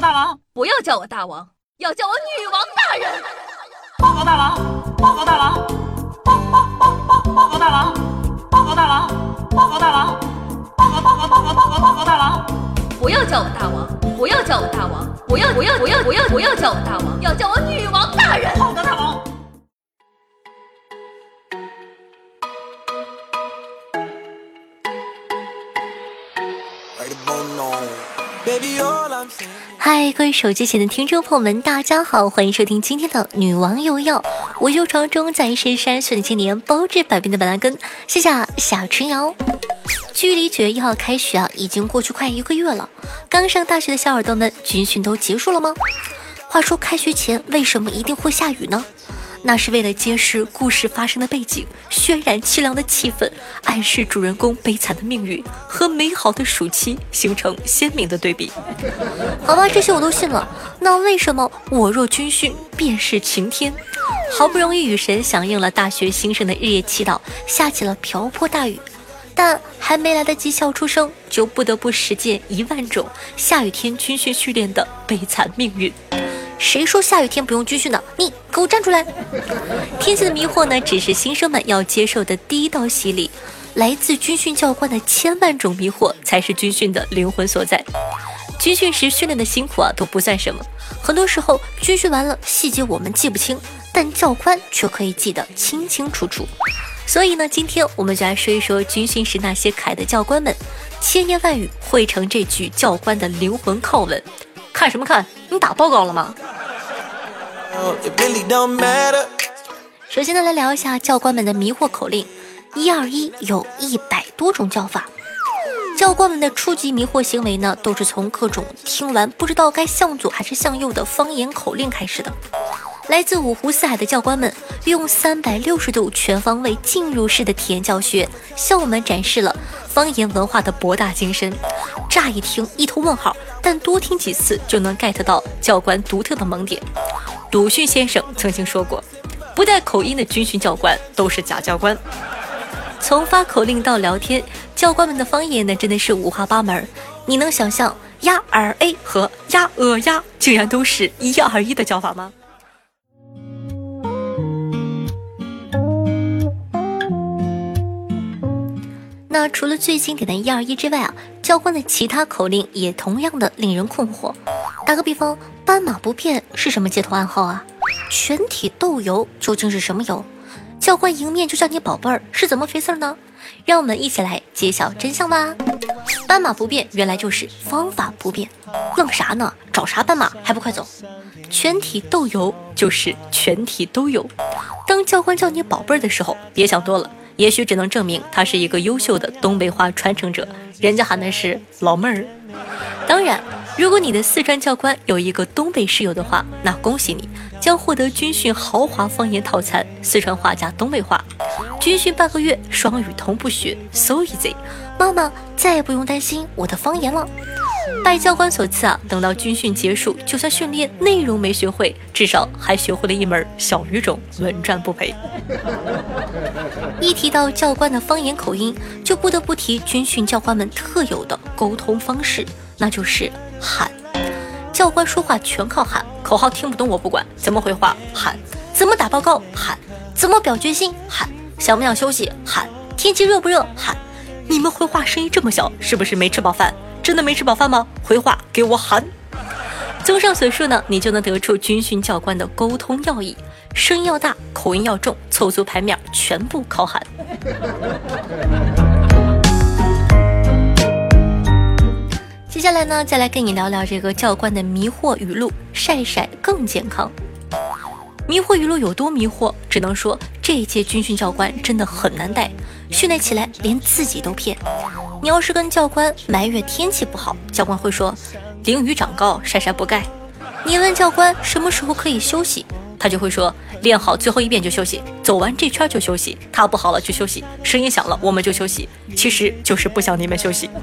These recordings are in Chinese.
大王， 不要叫我大王，要叫我女王大人。 报告大王，报告大王，报告大王，报告大王，报告大王，报告大王。 不要叫我大王，不要叫我大王，不要叫我大王，要叫我女王大人。 报告大王。 嗨，各位手机前的听众朋友们，大家好，欢迎收听今天的女王有药，我又朝中在深山训的青年，包治百病的板蓝根，谢谢小春瑶。距离9月1号开学已经过去快1个月了。刚上大学的小耳朵们，军训都结束了吗？话说开学前为什么一定会下雨呢？那是为了揭示故事发生的背景，渲染凄凉的气氛，暗示主人公悲惨的命运和美好的暑期形成鲜明的对比。好吧，这些我都信了。那为什么我若军训便是晴天？好不容易雨神响应了大学新生的日夜祈祷，下起了瓢泼大雨。但还没来得及笑出声，就不得不实践1万种下雨天军训训练的悲惨命运。谁说下雨天不用军训的？你给我站出来！天气的迷惑呢，只是新生们要接受的第一道洗礼。来自军训教官的千万种迷惑，才是军训的灵魂所在。军训时训练的辛苦都不算什么，很多时候军训完了细节我们记不清，但教官却可以记得清清楚楚。所以呢，今天我们就来说一说军训时那些凯的教官们，千言万语汇成这句教官的灵魂拷问。看什么看？你打报告了吗？首先呢，来聊一下教官们的迷惑口令。121有100多种叫法。教官们的初级迷惑行为呢，都是从各种听完不知道该向左还是向右的方言口令开始的。来自五湖四海的教官们，用360度全方位进入式的体验教学，向我们展示了方言文化的博大精深。乍一听一头问号，但多听几次就能 get 到教官独特的萌点。鲁迅先生曾经说过，不带口音的军训教官都是假教官。从发口令到聊天，教官们的方言呢真的是五花八门。你能想象呀儿 A 和呀呀竟然都是121的叫法吗？那除了最经典的121之外教官的其他口令也同样的令人困惑。打个比方，斑马不变是什么街头暗号全体豆油究竟是什么油？教官迎面就叫你宝贝儿是怎么回事呢？让我们一起来揭晓真相吧。斑马不变原来就是方法不变，愣啥呢？找啥斑马？还不快走！全体豆油就是全体都有。当教官叫你宝贝儿的时候，别想多了。也许只能证明他是一个优秀的东北话传承者，人家喊的是老妹儿。当然，如果你的四川教官有一个东北室友的话，那恭喜你，将获得军训豪华方言套餐，四川话加东北话，军训半个月，双语同步学 ，so easy。妈妈再也不用担心我的方言了。拜教官所赐等到军训结束，就算训练内容没学会，至少还学会了一门小语种，稳赚不赔。一提到教官的方言口音，就不得不提军训教官们特有的沟通方式，那就是喊。教官说话全靠喊，口号听不懂我不管，怎么回话喊，怎么打报告喊，怎么表决心喊，想不想休息喊，天气热不热喊。你们回话声音这么小，是不是没吃饱饭？真的没吃饱饭吗？回话给我喊！综上所述呢，你就能得出军训教官的沟通要义：声音要大，口音要重，凑足牌面，全部靠喊。接下来呢，再来跟你聊聊这个教官的迷惑语录，晒晒更健康。迷惑语录有多迷惑，只能说这一届军训教官真的很难带，训练起来连自己都骗。你要是跟教官埋怨天气不好，教官会说淋雨长高，晒晒不盖。你问教官什么时候可以休息，他就会说练好最后一遍就休息，走完这圈就休息，踏步好了就休息，声音响了我们就休息，其实就是不想你们休息。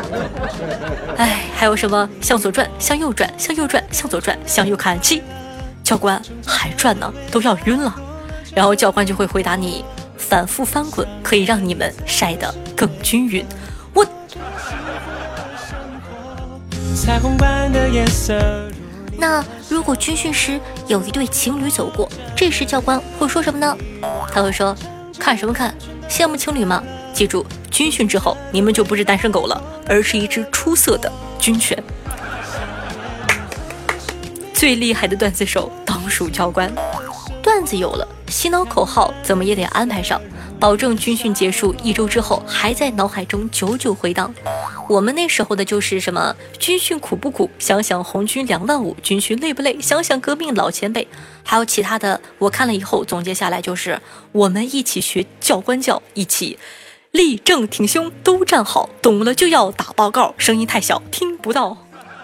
还有什么向左转，向右转，向右转，向左转，向右看齐。教官还转呢，都要晕了。然后教官就会回答你，反复翻滚可以让你们晒得更均匀。 彩虹般的颜色。 那如果军训时有一对情侣走过，这时教官会说什么呢？他会说：看什么看，羡慕情侣吗？记住，军训之后你们就不是单身狗了，而是一只出色的军犬。最厉害的段子手当属教官，段子有了，洗脑口号怎么也得安排上，保证军训结束1周之后还在脑海中久久回荡。我们那时候的就是什么军训苦不苦，想想红军2万5，军训累不累，想想革命老前辈，还有其他的，我看了以后总结下来就是我们一起学教官教，一起立正挺胸都站好，懂了就要打报告，声音太小听不到。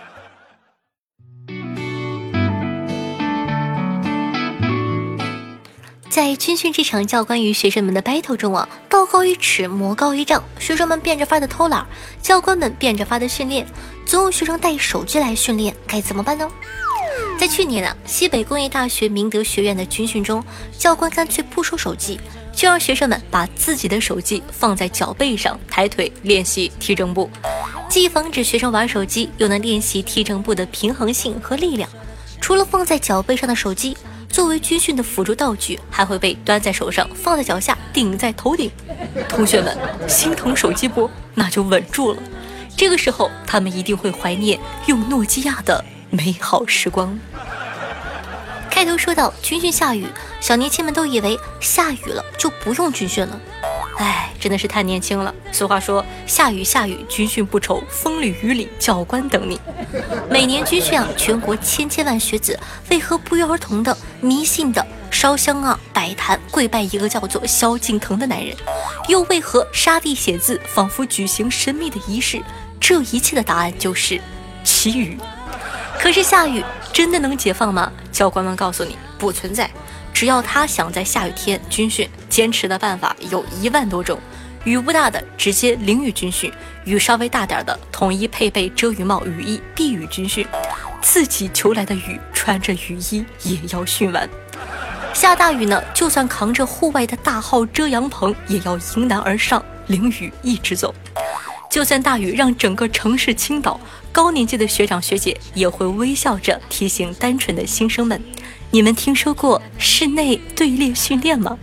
在军训这场教官与学生们的 battle 中啊，道高一尺，魔高一丈，学生们变着法的偷懒，教官们变着法的训练，总有学生带手机来训练，该怎么办呢？在去年啊，西北工业大学明德学院的军训中，教官干脆不收手机，就让学生们把自己的手机放在脚背上，抬腿练习踢正步，既防止学生玩手机，又能练习踢正步的平衡性和力量。除了放在脚背上的手机，作为军训的辅助道具，还会被端在手上，放在脚下，顶在头顶。同学们心疼手机不？那就稳住了。这个时候，他们一定会怀念用诺基亚的美好时光。开头说到军训下雨，小年轻们都以为下雨了就不用军训了。哎，真的是太年轻了。俗话说，下雨下雨，军训不愁，风里雨里教官等你。每年军训啊，全国千万学子为何不约而同的迷信的烧香啊、摆坛跪拜一个叫做萧敬腾的男人？又为何沙地写字，仿佛举行神秘的仪式？这一切的答案就是祈雨。可是下雨真的能解放吗？教官们告诉你，不存在。只要他想在下雨天军训，坚持的办法有1万多种。雨不大的直接淋雨军训，雨稍微大点的统一配备遮雨帽、雨衣避雨军训，自己求来的雨穿着雨衣也要训完。下大雨呢，就算扛着户外的大号遮阳棚，也要迎难而上，淋雨一直走。就算大雨让整个城市倾倒，高年级的学长学姐也会微笑着提醒单纯的新生们，你们听说过室内队列训练吗？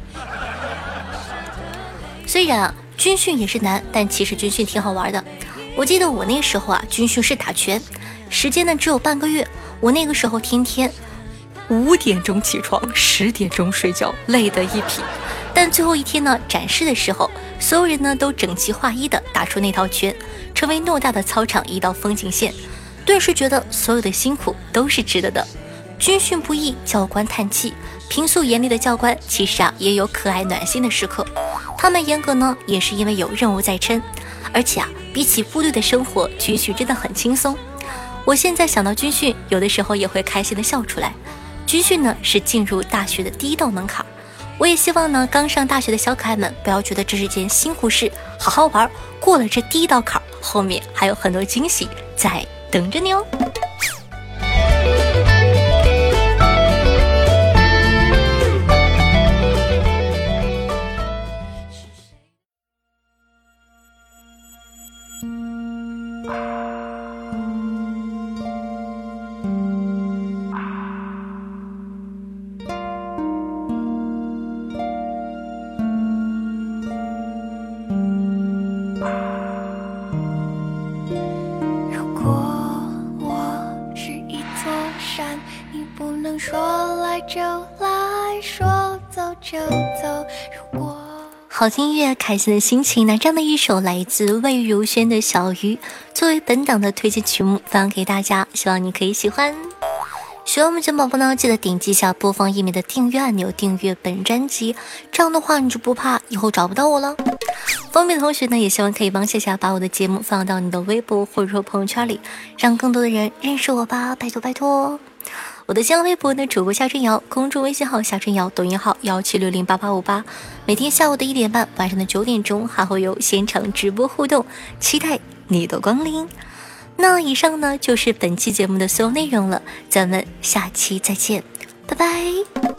虽然啊，军训也是难，但其实军训挺好玩的。我记得我那时候啊，军训是打拳，时间呢只有半个月。我那个时候天天5点钟起床，10点钟睡觉，累得一匹。但最后一天呢，展示的时候，所有人呢都整齐划一的打出那套拳，成为偌大的操场一道风景线。顿时觉得所有的辛苦都是值得的。军训不易，教官叹气。平素严厉的教官其实啊也有可爱暖心的时刻，他们严格呢也是因为有任务在身。而且啊，比起部队的生活，军训真的很轻松。我现在想到军训，有的时候也会开心的笑出来。军训呢是进入大学的第1道门槛。我也希望呢，刚上大学的小可爱们不要觉得这是件辛苦事，好好玩，过了这第1道坎，后面还有很多惊喜在等着你哦。 就来，说走就走。如果好听音乐，开心的心情。那这样的一首来自魏如萱的小鱼，作为本档的推荐曲目分享给大家，希望你可以喜欢。喜欢我们节目宝宝呢，记得点击一下播放页面的订阅按钮，订阅本专辑，这样的话你就不怕以后找不到我了。方便的同学呢，也希望可以帮夏夏把我的节目放到你的微博或者说朋友圈里，让更多的人认识我吧，拜托拜托。我的新浪微博呢，主播夏春瑶，公众微信号夏春瑶，抖音号17608858，每天下午的1点半，晚上的9点钟还会有现场直播互动，期待你的光临。那以上呢就是本期节目的所有内容了，咱们下期再见，拜拜。